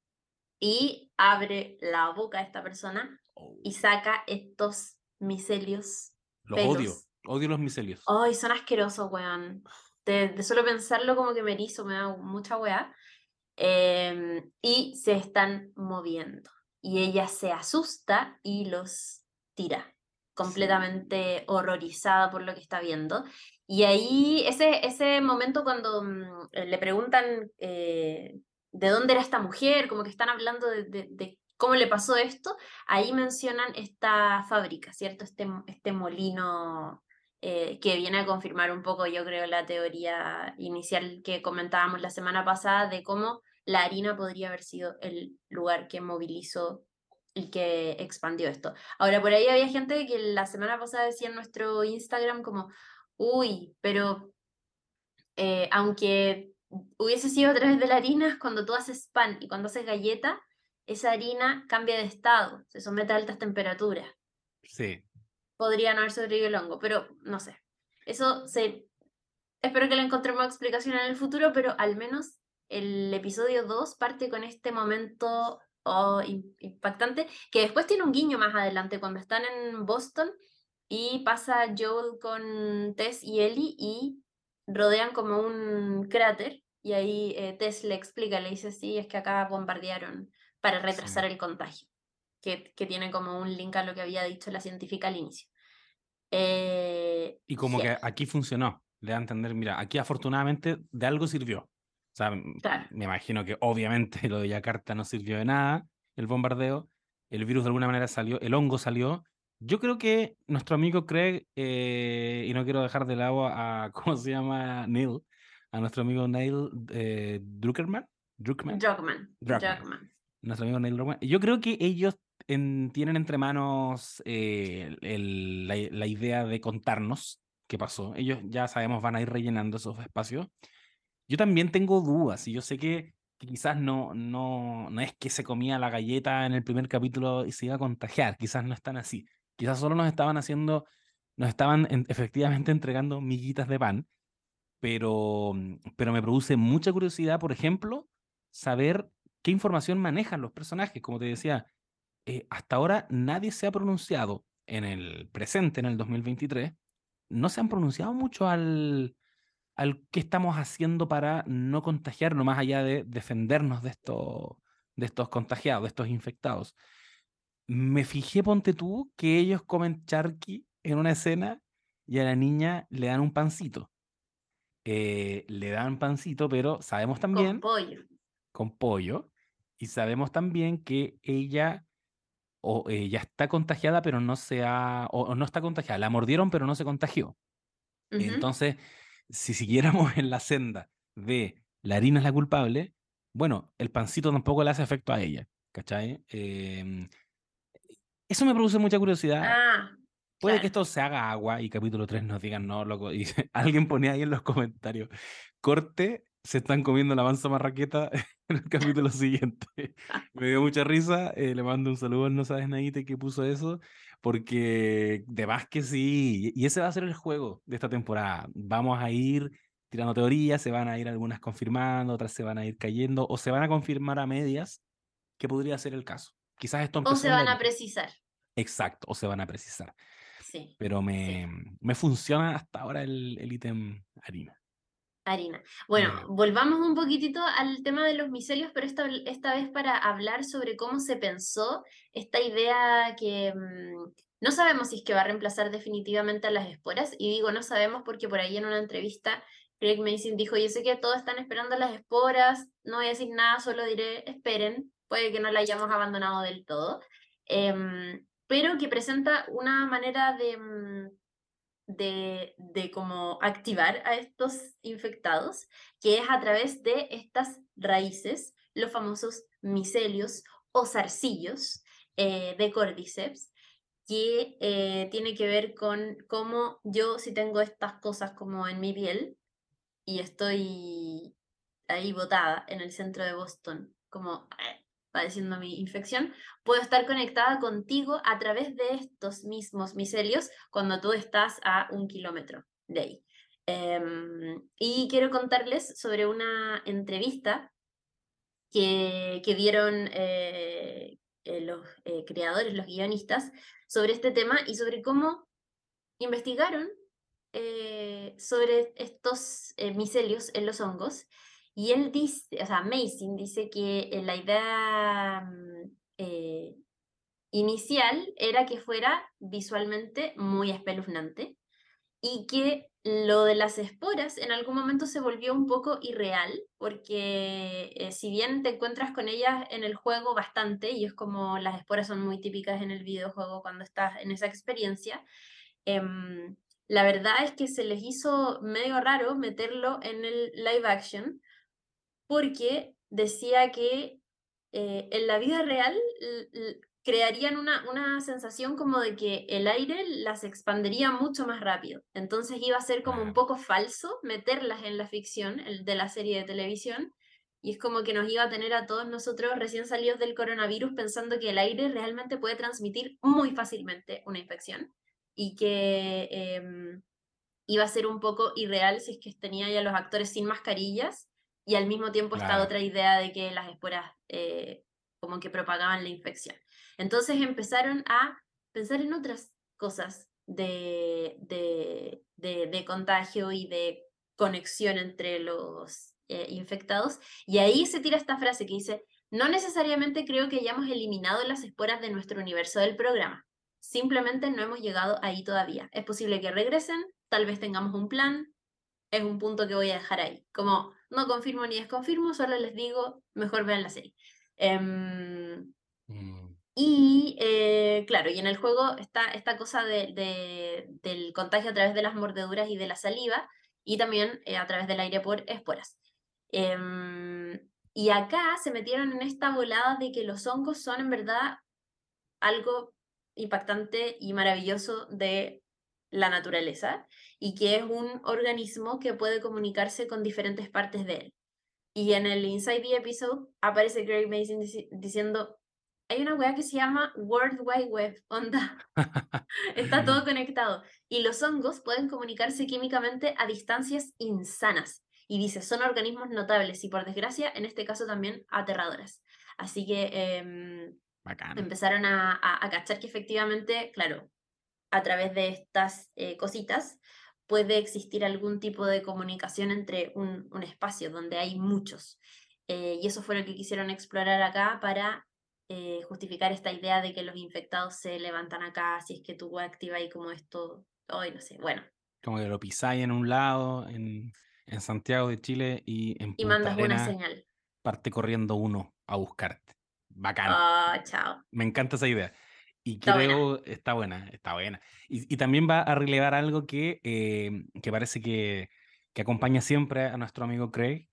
y abre la boca de esta persona Oh, y saca estos micelios, los odio, pelos. odio los micelios. Ay, son asquerosos, weón. De solo pensarlo como que me erizo, me da mucha weá. Y se están moviendo. Y ella se asusta y los tira, Sí. completamente horrorizada por lo que está viendo. Y ahí, ese momento cuando le preguntan de dónde era esta mujer, como que están hablando de cómo le pasó esto, ahí mencionan esta fábrica, ¿cierto? Este molino que viene a confirmar un poco, yo creo, la teoría inicial que comentábamos la semana pasada de cómo la harina podría haber sido el lugar que movilizó y que expandió esto. Ahora, por ahí había gente que la semana pasada decía en nuestro Instagram como, uy, pero aunque hubiese sido a través de la harina, cuando tú haces pan y cuando haces galleta, esa harina cambia de estado, se somete a altas temperaturas. Sí. Podría no haber sobrevivido el hongo, pero no sé. Eso se... Espero que le encontremos explicación en el futuro, pero al menos el episodio 2 parte con este momento impactante, que después tiene un guiño más adelante, cuando están en Boston y pasa Joel con Tess y Ellie y rodean como un cráter y ahí Tess le explica, le dice, sí, es que acá bombardearon para retrasar Sí. el contagio, que tiene como un link a lo que había dicho la científica al inicio. Y como que Heavy, aquí funcionó, le da a entender, mira, aquí afortunadamente de algo sirvió. O sea, claro. me imagino que obviamente lo de Yakarta no sirvió de nada, el bombardeo, el virus de alguna manera salió, el hongo salió. Yo creo que nuestro amigo Craig, y no quiero dejar de lado a, ¿cómo se llama? Neil, a nuestro amigo Neil Druckmann, Druckmann. Druckmann, nuestro amigo Neil Druckmann. Yo creo que ellos tienen entre manos la idea de contarnos qué pasó. Ellos ya sabemos, van a ir rellenando esos espacios. Yo también tengo dudas y yo sé que quizás no es que se comía la galleta en el primer capítulo y se iba a contagiar, quizás no están así. Quizás solo nos estaban efectivamente entregando miguitas de pan, pero me produce mucha curiosidad, por ejemplo, saber qué información manejan los personajes. Como te decía, hasta ahora nadie se ha pronunciado en el presente, en el 2023, no se han pronunciado mucho al qué estamos haciendo para no contagiarnos, más allá de defendernos de estos contagiados, de estos infectados. Me fijé, ponte tú, que ellos comen charqui en una escena y a la niña le dan un pancito. Le dan pancito, pero sabemos Con también, pollo. con pollo, y sabemos también que ella ya está contagiada, pero no o no está contagiada, la mordieron, pero no se contagió. Ujú. Entonces, si siguiéramos en la senda de la harina es la culpable, bueno, el pancito tampoco le hace efecto a ella, ¿cachai? Eso me produce mucha curiosidad. Ah, Puede que claro. esto se haga agua y capítulo 3 nos digan, no, loco. Y alguien ponía ahí en los comentarios, corte, se están comiendo la mansa marraqueta en el capítulo siguiente. Me dio mucha risa, le mando un saludo al No Sabes Nadite que puso eso, porque de más que sí, y ese va a ser el juego de esta temporada. Vamos a ir tirando teorías, se van a ir algunas confirmando, otras se van a ir cayendo, o se van a confirmar a medias, que podría ser el caso. Quizás esto O empezó se en la van a harina. precisar. Exacto, o se van a precisar, Sí, pero sí. me funciona hasta ahora el ítem harina. Harina. Bueno, Eh, volvamos un poquitito al tema de los micelios, pero esta vez para hablar sobre cómo se pensó esta idea que no sabemos si es que va a reemplazar definitivamente a las esporas, y digo no sabemos porque por ahí en una entrevista Craig Mason dijo, yo sé que todos están esperando las esporas, no voy a decir nada, solo diré, esperen, puede que no la hayamos abandonado del todo, pero que presenta una manera de cómo activar a estos infectados, que es a través de estas raíces, los famosos micelios o zarcillos de Cordyceps, que tiene que ver con cómo yo, si tengo estas cosas como en mi piel y estoy ahí botada en el centro de Boston, como padeciendo mi infección, puedo estar conectada contigo a través de estos mismos micelios cuando tú estás a 1 kilómetro de ahí. Y quiero contarles sobre una entrevista que dieron los creadores, los guionistas, sobre este tema y sobre cómo investigaron sobre estos micelios en los hongos. Y él dice, o sea, Mason dice que la idea inicial era que fuera visualmente muy espeluznante y que lo de las esporas en algún momento se volvió un poco irreal, porque si bien te encuentras con ellas en el juego bastante, y es como las esporas son muy típicas en el videojuego cuando estás en esa experiencia, la verdad es que se les hizo medio raro meterlo en el live action, porque decía que en la vida real crearían una sensación como de que el aire las expandería mucho más rápido. Entonces iba a ser como un poco falso meterlas en la ficción de la serie de televisión. Y es como que nos iba a tener a todos nosotros recién salidos del coronavirus pensando que el aire realmente puede transmitir muy fácilmente una infección. Y que iba a ser un poco irreal si es que tenía ya los actores sin mascarillas y al mismo tiempo esta Claro. otra idea de que las esporas como que propagaban la infección. Entonces empezaron a pensar en otras cosas de contagio y de conexión entre los infectados. Y ahí se tira esta frase que dice, no necesariamente creo que hayamos eliminado las esporas de nuestro universo del programa. Simplemente no hemos llegado ahí todavía. Es posible que regresen, tal vez tengamos un plan, es un punto que voy a dejar ahí. Como no confirmo ni desconfirmo, solo les digo, mejor vean la serie. Y claro, y en el juego está esta cosa del contagio a través de las mordeduras y de la saliva, y también a través del aire por esporas. Y acá se metieron en esta volada de que los hongos son en verdad algo impactante y maravilloso de la naturaleza y que es un organismo que puede comunicarse con diferentes partes de él. Y en el Inside the Episode aparece Greg Mason diciendo, hay una weá que se llama World Wide Web, onda, está todo conectado. Y los hongos pueden comunicarse químicamente a distancias insanas. Y dice, son organismos notables y por desgracia, en este caso también aterradoras. Así que Bacán. empezaron a cachar que efectivamente, claro, a través de estas cositas puede existir algún tipo de comunicación entre un espacio donde hay muchos. Y eso fue lo que quisieron explorar acá para justificar esta idea de que los infectados se levantan acá, si es que tú activas ahí como esto, hoy no sé, bueno, Como que lo pisáis en un lado, en Santiago de Chile, y en y Punta mandas una Arenas señal. parte corriendo uno a buscarte. Bacán. Ah, chao. Me encanta esa idea. Y Está buena. creo, está buena, está buena. Y también va a relevar algo que parece que acompaña siempre a nuestro amigo Craig,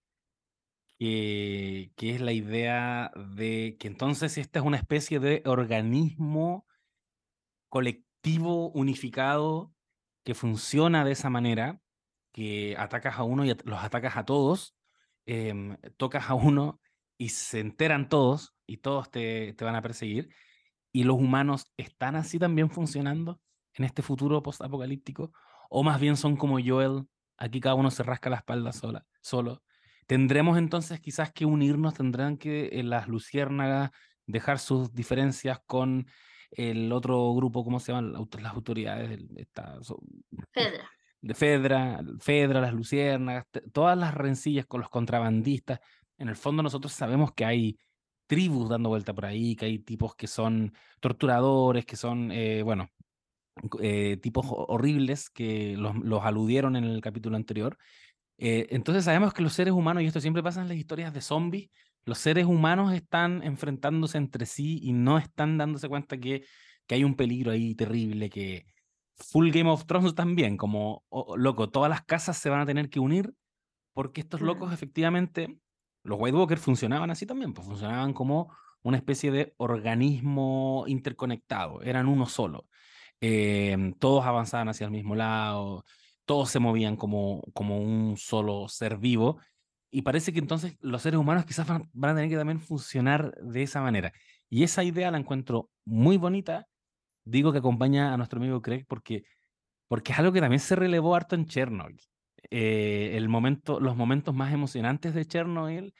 que es la idea de que entonces esta es una especie de organismo colectivo unificado que funciona de esa manera, que atacas a uno y los atacas a todos, tocas a uno y se enteran todos y todos te van a perseguir. ¿Y los humanos están así también funcionando en este futuro post-apocalíptico? ¿O más bien son como Joel, aquí cada uno se rasca la espalda solo? ¿Tendremos entonces quizás que unirnos? ¿Tendrán que las luciérnagas dejar sus diferencias con el otro grupo? ¿Cómo se llaman las autoridades? Fedra. De Fedra, las luciérnagas, todas las rencillas con los contrabandistas. En el fondo nosotros sabemos que hay tribus dando vuelta por ahí, que hay tipos que son torturadores, que son, bueno, tipos horribles que los aludieron en el capítulo anterior. Entonces sabemos que los seres humanos, y esto siempre pasa en las historias de zombies, los seres humanos están enfrentándose entre sí y no están dándose cuenta que hay un peligro ahí terrible, que full Game of Thrones también, como, loco, todas las casas se van a tener que unir porque estos locos efectivamente, los White Walkers funcionaban así también, pues funcionaban como una especie de organismo interconectado, eran uno solo. Todos avanzaban hacia el mismo lado, todos se movían como un solo ser vivo, y parece que entonces los seres humanos quizás van a tener que también funcionar de esa manera. Y esa idea la encuentro muy bonita, digo que acompaña a nuestro amigo Craig porque es algo que también se relevó harto en Chernobyl. Los momentos más emocionantes de Chernobyl,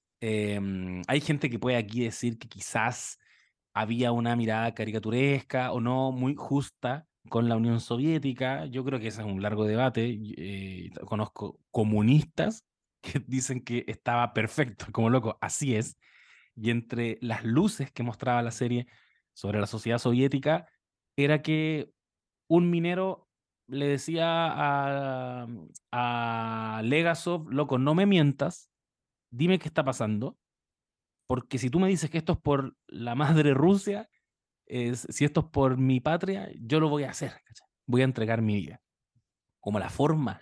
hay gente que puede aquí decir que quizás había una mirada caricaturesca o no muy justa con la Unión Soviética. Yo creo que ese es un largo debate. Conozco comunistas que dicen que estaba perfecto, como loco, así es. Y entre las luces que mostraba la serie sobre la sociedad soviética era que un minero le decía a Legasov, loco, no me mientas, dime qué está pasando, porque si tú me dices que esto es por la madre Rusia, si esto es por mi patria, yo lo voy a hacer, ¿cachai? Voy a entregar mi vida. Como la forma,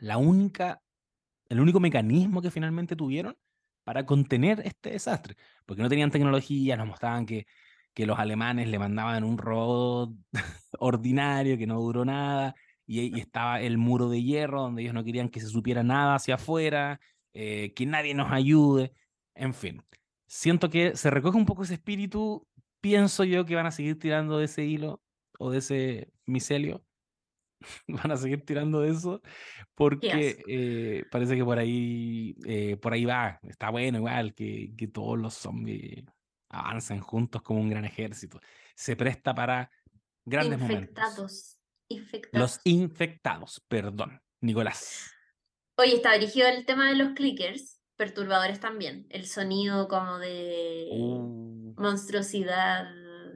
el único mecanismo que finalmente tuvieron para contener este desastre, porque no tenían tecnología, nos mostraban que los alemanes le mandaban un robot ordinario que no duró nada, y estaba el muro de hierro donde ellos no querían que se supiera nada hacia afuera, que nadie nos ayude, en fin. Siento que se recoge un poco ese espíritu, pienso yo que van a seguir tirando de ese hilo o de ese micelio, van a seguir tirando de eso, Qué porque asco. parece que por ahí va, está bueno igual que todos los zombies avancen juntos como un gran ejército. Se presta para grandes momentos. Infectados. Los Infectados. infectados, perdón, Nicolás. Oye, está dirigido el tema de los clickers, perturbadores también. El sonido como de Uh, monstruosidad,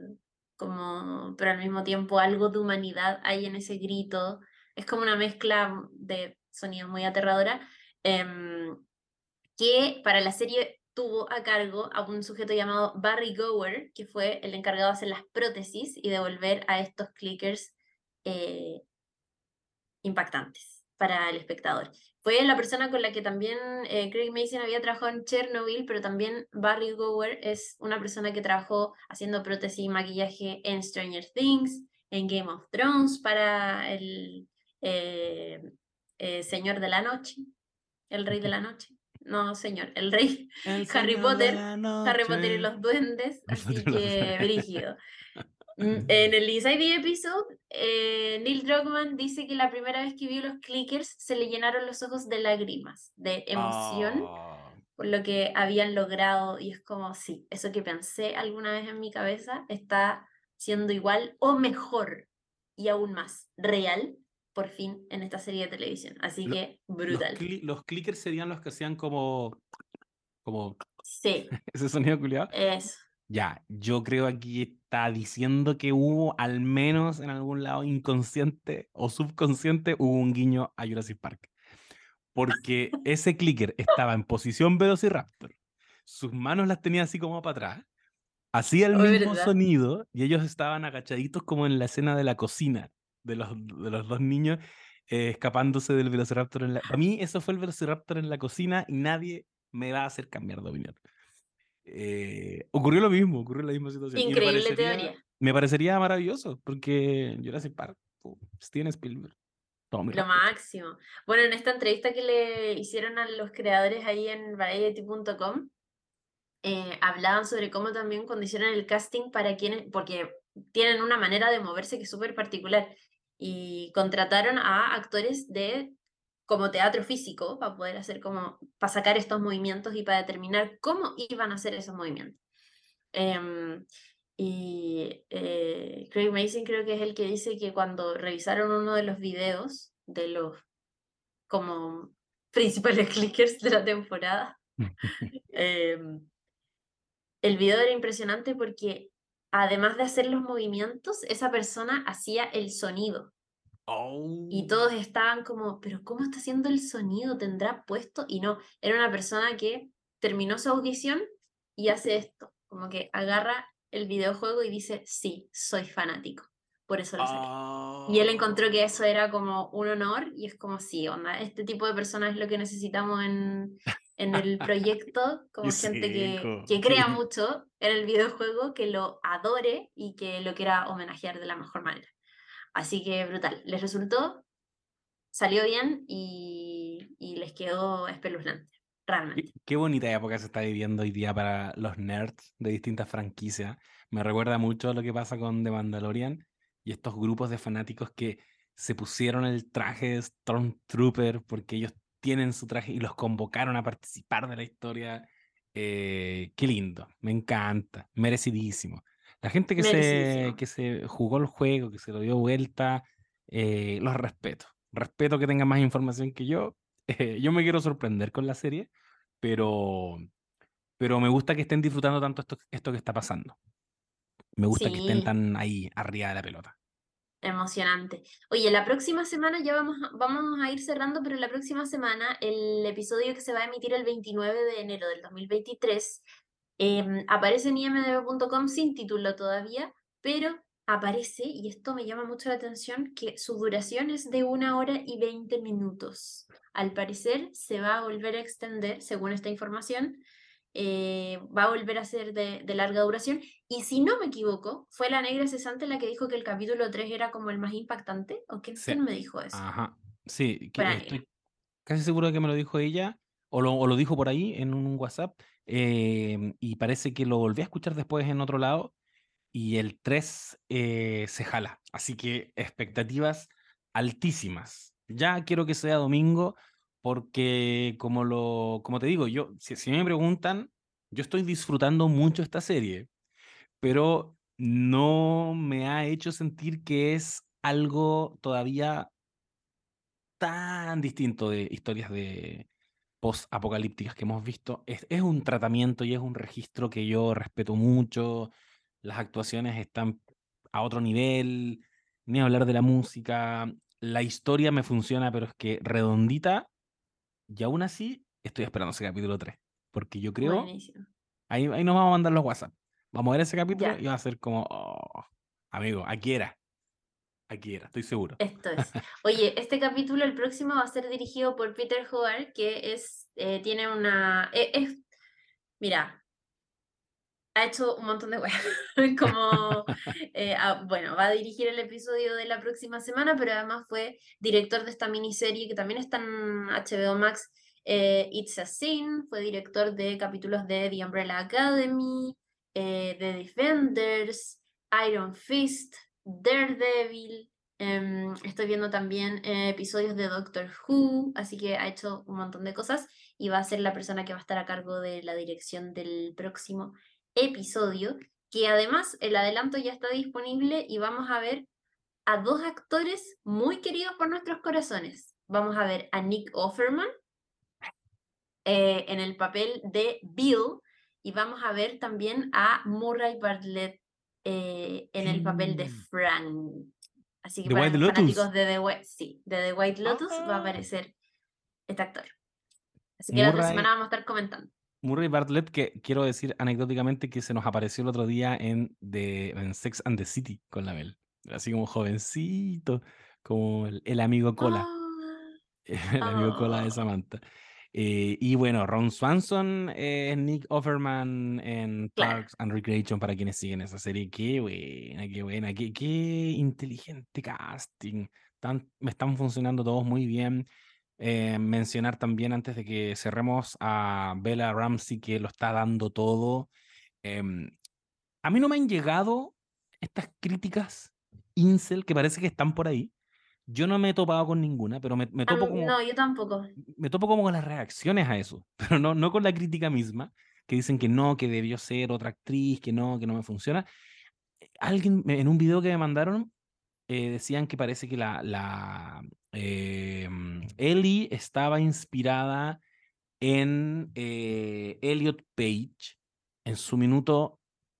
como, pero al mismo tiempo algo de humanidad hay en ese grito. Es como una mezcla de sonidos muy aterradora. em, que para la serie tuvo a cargo a un sujeto llamado Barry Gower, que fue el encargado de hacer las prótesis y de volver a estos clickers eh, impactantes para el espectador. Fue la persona con la que también Craig Mason había trabajado en Chernobyl, pero también Barry Gower es una persona que trabajó haciendo prótesis y maquillaje en Stranger Things, en Game of Thrones para el eh, Señor de la Noche, el Rey de la Noche. No, señor, el Rey, el Harry señor de Potter, la Harry Potter y noche. los duendes, así que brígido. En el Inside the Episode, Neil Druckmann dice que la primera vez que vio los clickers se le llenaron los ojos de lágrimas, de emoción Oh, por lo que habían logrado. Y es como, sí, eso que pensé alguna vez en mi cabeza está siendo igual o mejor y aún más real, por fin, en esta serie de televisión. Así lo- que, brutal. los clickers serían los que hacían como Sí, ese sonido culiado. eso. Ya, yo creo aquí está diciendo que hubo, al menos en algún lado inconsciente o subconsciente, hubo un guiño a Jurassic Park. Porque ese clicker estaba en posición Velociraptor, sus manos las tenía así como para atrás, hacía el Oh, es mismo verdad. sonido y ellos estaban agachaditos como en la escena de la cocina de los dos niños escapándose del Velociraptor. Para mí eso fue el Velociraptor en la cocina y nadie me va a hacer cambiar de opinión. Ocurrió la misma situación. Y Increíble teoría. me parecería maravilloso, porque Jurassic Park, Steven Spielberg, todo mi Lo respeto. máximo. Bueno, en esta entrevista que le hicieron a los creadores ahí en variety.com, hablaban sobre cómo también cuando hicieron el casting para quienes, porque tienen una manera de moverse que es súper particular, y contrataron a actores de como teatro físico para poder hacer como, para sacar estos movimientos y para determinar cómo iban a hacer esos movimientos. Em, Craig Mason creo que es el que dice que cuando revisaron uno de los videos de los como principales clickers de la temporada, em, el video era impresionante porque además de hacer los movimientos, esa persona hacía el sonido. Y Oh. todos estaban como, pero ¿cómo está haciendo el sonido? ¿Tendrá puesto? Y no, era una persona que terminó su audición y hace esto, como que agarra el videojuego y dice, sí, soy fanático, por eso lo saqué. Y él encontró que eso era como un honor y es como, sí, onda, este tipo de personas es lo que necesitamos en el proyecto, Qué como gente seco. que crea mucho en el videojuego, que lo adore y que lo quiera homenajear de la mejor manera. Así que brutal, les resultó, salió bien y les quedó espeluznante, realmente. Qué bonita época se está viviendo hoy día para los nerds de distintas franquicias. Me recuerda mucho a lo que pasa con The Mandalorian y estos grupos de fanáticos que se pusieron el traje de Stormtrooper porque ellos tienen su traje y los convocaron a participar de la historia. Qué lindo, me encanta, merecidísimo. La gente Merecidísimo. que se jugó el juego, que se lo dio vuelta, los respeto. Respeto que tengan más información que yo. Yo me quiero sorprender con la serie, pero, pero me gusta que estén disfrutando tanto esto que está pasando. Me gusta que estén Sí, tan ahí arriba de la pelota. Emocionante. Oye, la próxima semana ya vamos a ir cerrando, pero la próxima semana el episodio que se va a emitir el 29 de enero del 2023 aparece en imdb.com sin título todavía, pero aparece, y esto me llama mucho la atención, que su duración es de 1 hora y 20 minutos. Al parecer se va a volver a extender, según esta información, va a volver a ser de larga duración. Y si no me equivoco, fue la negra cesante la que dijo que el capítulo 3 era como el más impactante. ¿O Sí. quién me dijo eso? Ajá. Sí, Fue la negra. estoy casi seguro de que me lo dijo ella, o lo dijo por ahí en un WhatsApp, y parece que lo volví a escuchar después en otro lado, y el 3 se jala. Así que expectativas altísimas. Ya quiero que sea domingo, porque como te digo, si me preguntan, yo estoy disfrutando mucho esta serie, pero no me ha hecho sentir que es algo todavía tan distinto de historias de post-apocalípticas que hemos visto. Es un tratamiento y es un registro que yo respeto mucho. Las actuaciones están a otro nivel, ni hablar de la música. La historia me funciona, pero es que redondita, y aún así estoy esperando ese capítulo 3 porque yo creo, Buenísimo. ahí nos vamos a mandar los WhatsApp. Vamos a ver ese capítulo Ya, y va a ser como, oh, amigo, aquí era, estoy seguro. esto es. Oye, este capítulo, el próximo, va a ser dirigido por Peter Howard, que tiene una... mira, ha hecho un montón de weas. Como, bueno, va a dirigir el episodio de la próxima semana, pero además fue director de esta miniserie que también está en HBO Max, It's a Sin, fue director de capítulos de The Umbrella Academy, The Defenders, Iron Fist, Daredevil. Estoy viendo también episodios de Doctor Who, así que ha hecho un montón de cosas y va a ser la persona que va a estar a cargo de la dirección del próximo episodio, que además el adelanto ya está disponible y vamos a ver a dos actores muy queridos por nuestros corazones. Vamos a ver a Nick Offerman en el papel de Bill y vamos a ver también a Murray Bartlett en el papel de Frank. Así que The para White los Lotus. fanáticos de The White Lotus va a Ah. aparecer este actor. Así que la otra Murray, semana vamos a estar comentando. Murray Bartlett, que quiero decir anecdóticamente que se nos apareció el otro día en Sex and the City con la Mel. Así como jovencito, como el amigo Cola, Oh, el amigo Cola de oh, Samantha. Y bueno, Ron Swanson es Nick Offerman en claro. Parks and Recreation para quienes siguen esa serie. Qué buena, qué inteligente casting. Me están funcionando todos muy bien. Mencionar también antes de que cerremos a Bella Ramsey que lo está dando todo. Em, a mí no me han llegado estas críticas incel que parece que están por ahí. Yo no me he topado con ninguna, pero No, yo tampoco. me topo como con las reacciones a eso, pero no con la crítica misma, que dicen que no, que debió ser otra actriz, que no me funciona. En un video que me mandaron decían que parece que Ellie estaba inspirada en Elliot Page en su minuto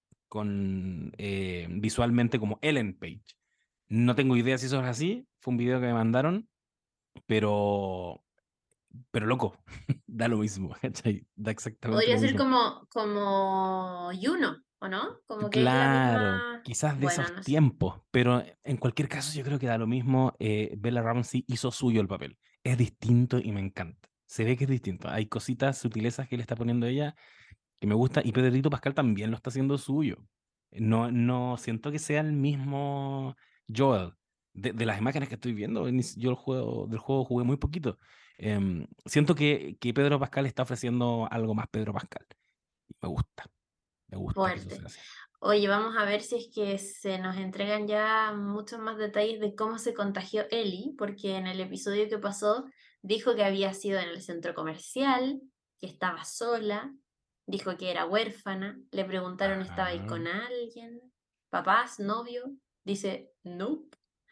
visualmente como Ellen Page. No tengo idea si eso es así, fue un video que me mandaron, pero, pero loco, da lo mismo, ¿cachai? Da exactamente Podría lo ser mismo. como Juno, ¿o no? Como que es la Claro, misma. quizás de Bueno, esos no sé. tiempos, pero en cualquier caso yo creo que da lo mismo. Bella Ramsey hizo suyo el papel. Es distinto y me encanta. Se ve que es distinto. Hay cositas, sutilezas que le está poniendo ella que me gusta y Pedrito Pascal también lo está haciendo suyo. No siento que sea el mismo Joel. De las imágenes que estoy viendo, yo del juego jugué muy poquito. Siento que Pedro Pascal está ofreciendo algo más Pedro Pascal. Y me gusta que eso sea Fuerte. así. Oye, vamos a ver si es que se nos entregan ya muchos más detalles de cómo se contagió Ellie, porque en el episodio que pasó dijo que había sido en el centro comercial, que estaba sola, dijo que era huérfana, le preguntaron, ¿estaba ahí Ajá. con alguien? ¿Papás? ¿Novio? Dice, no.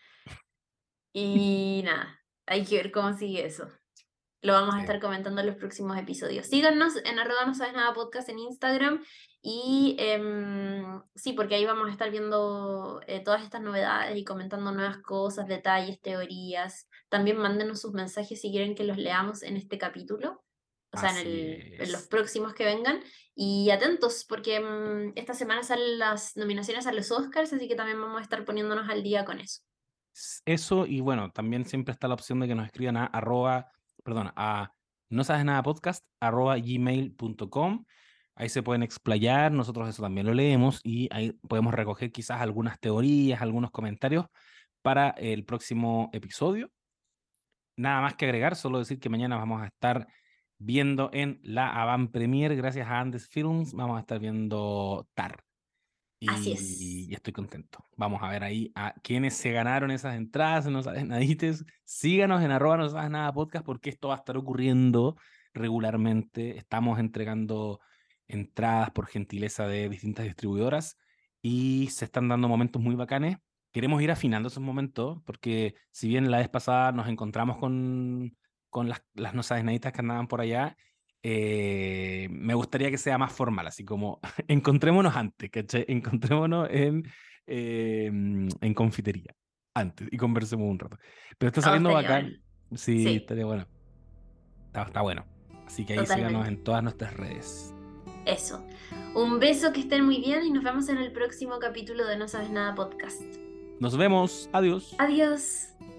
Y nada, hay que ver cómo sigue eso. Lo vamos a Sí. estar comentando en los próximos episodios. Síganos en @no sabes nada podcast en Instagram Y sí, porque ahí vamos a estar viendo todas estas novedades y comentando nuevas cosas, detalles, teorías. También mándenos sus mensajes si quieren que los leamos en este capítulo, o sea, Así en los es. próximos que vengan. Y atentos, porque esta semana salen las nominaciones a los Oscars, así que también vamos a estar poniéndonos al día con eso. Eso, y bueno, también siempre está la opción de que nos escriban a no sabes nada podcast @gmail.com. Ahí se pueden explayar, nosotros eso también lo leemos y ahí podemos recoger quizás algunas teorías, algunos comentarios para el próximo episodio. Nada más que agregar, solo decir que mañana vamos a estar viendo en la Avant Premier, gracias a Andes Films, vamos a estar viendo Tar. Así es. Y estoy contento. Vamos a ver ahí a quienes se ganaron esas entradas, no sabes nadites. Síganos en @no sabes nada podcast porque esto va a estar ocurriendo regularmente. Estamos entregando entradas por gentileza de distintas distribuidoras y se están dando momentos muy bacanes. Queremos ir afinando esos momentos porque si bien la vez pasada nos encontramos con las no sabes naditas que andaban por allá, me gustaría que sea más formal, así como encontrémonos antes, ¿cachai? Encontrémonos en confitería antes y conversemos un rato. Pero está Oh, saliendo estaría bueno. bacán. Sí, Sí, estaría bueno. Está bueno. Así que ahí síganos totalmente. en todas nuestras redes. Eso. Un beso, que estén muy bien y nos vemos en el próximo capítulo de No Sabes Nada Podcast. Nos vemos. Adiós. Adiós.